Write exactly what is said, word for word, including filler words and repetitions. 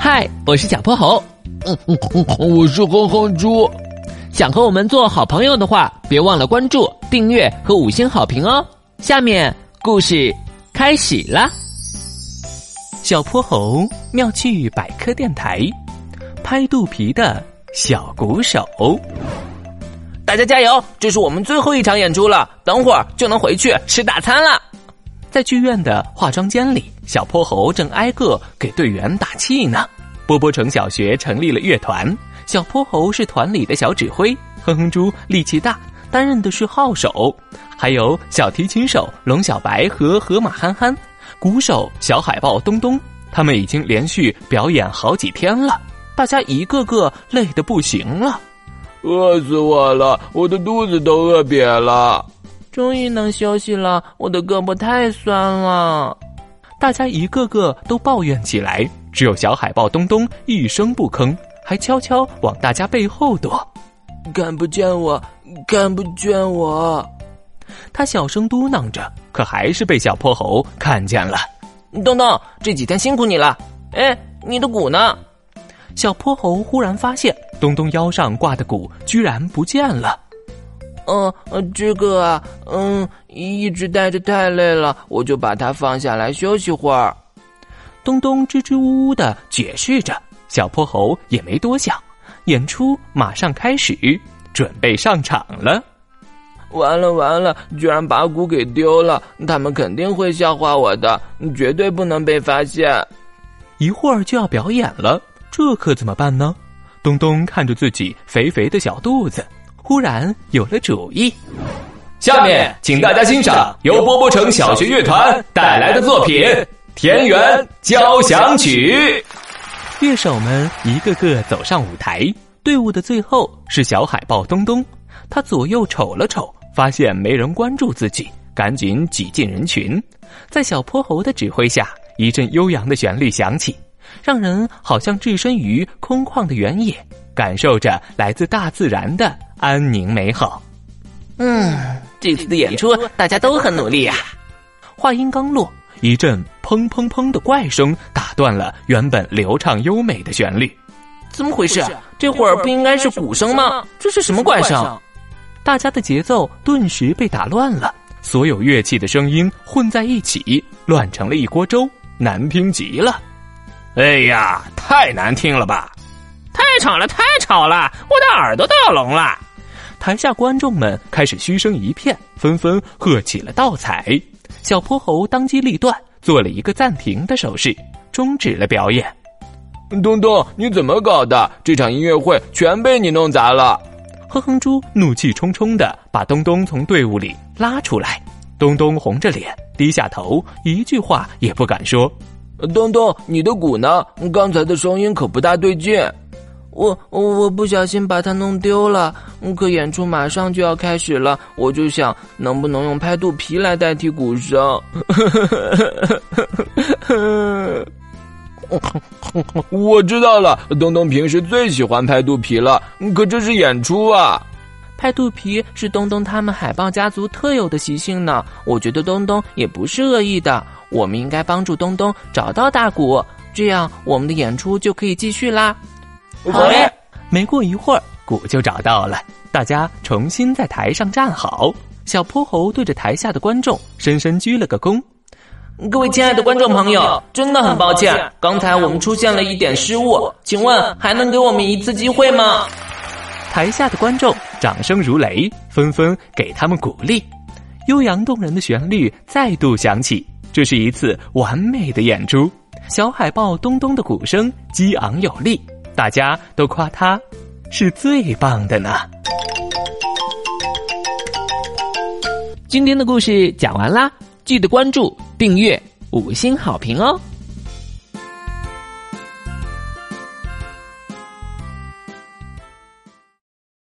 嗨，我是小泼猴。 嗯嗯嗯，我是哼哼猪。 想和我们做好朋友的话，别忘了关注、订阅和五星好评哦。下面故事开始啦。 小泼猴妙趣百科电台，拍肚皮的小鼓手。 大家加油，这是我们最后一场演出了，等会儿就能回去吃大餐了。 在剧院的化妆间里，小泼猴正挨个给队员打气呢。波波城小学成立了乐团，小泼猴是团里的小指挥，哼哼猪力气大，担任的是号手，还有小提琴手龙小白和河马憨憨，鼓手小海豹东东，他们已经连续表演好几天了，大家一个个累得不行了。 饿死我了，我的肚子都饿瘪了。 终于能休息了，我的胳膊太酸了。 大家一个个都抱怨起来，只有小海豹东东一声不吭，还悄悄往大家背后躲。 看不见我，看不见我。 他小声嘟囔着，可还是被小泼猴看见了。 东东，这几天辛苦你了。哎，你的鼓呢？ 小泼猴忽然发现东东腰上挂的鼓居然不见了。 嗯、呃，这个啊，嗯，一直戴着太累了，我就把它放下来休息会儿。 东东支支吾吾地解释着，小泼猴也没多想，演出马上开始，准备上场了。 完了完了，居然把鼓给丢了，他们肯定会笑话我的，绝对不能被发现。 一会儿就要表演了，这可怎么办呢？东东看着自己肥肥的小肚子，忽然有了主意。 下面请大家欣赏由波波城小学乐团带来的作品《田园交响曲》。 乐手们一个个走上舞台，队伍的最后是小海豹东东，他左右瞅了瞅，发现没人关注自己，赶紧挤进人群。在小泼猴的指挥下，一阵悠扬的旋律响起，让人好像置身于空旷的原野，感受着来自大自然的安宁美好。 嗯，这次的演出大家都很努力呀、啊。 话音刚落，一阵砰砰砰的怪声打断了原本流畅优美的旋律。 怎么回事？这会儿不应该是鼓声吗？这是什么怪声？ 大家的节奏顿时被打乱了，所有乐器的声音混在一起，乱成了一锅粥，难听极了。 哎呀，太难听了吧！ 太吵了，太吵了，我的耳朵都要聋了。 台下观众们开始嘘声一片，纷纷喝起了倒彩。小泼猴当机立断，做了一个暂停的手势，终止了表演。 东东，你怎么搞的？这场音乐会全被你弄砸了。 哼哼猪怒气冲冲地把东东从队伍里拉出来。东东红着脸低下头，一句话也不敢说。 东东，你的鼓呢？刚才的声音可不大对劲。 我我不小心把它弄丢了，可演出马上就要开始了，我就想能不能用拍肚皮来代替鼓声。 我知道了，东东平时最喜欢拍肚皮了，可这是演出啊。 拍肚皮是东东他们海豹家族特有的习性呢，我觉得东东也不是恶意的，我们应该帮助东东找到大鼓，这样我们的演出就可以继续啦。 好嘞！没过一会儿，鼓就找到了，大家重新在台上站好。小泼猴对着台下的观众深深鞠了个躬。 各位亲爱的观众朋友，真的很抱歉，刚才我们出现了一点失误，请问还能给我们一次机会吗？ 台下的观众掌声如雷，纷纷给他们鼓励。悠扬动人的旋律再度响起，这是一次完美的演出。小海豹东东的鼓声激昂有力，大家都夸他是最棒的呢。 今天的故事讲完啦，记得关注、订阅、五星好评哦。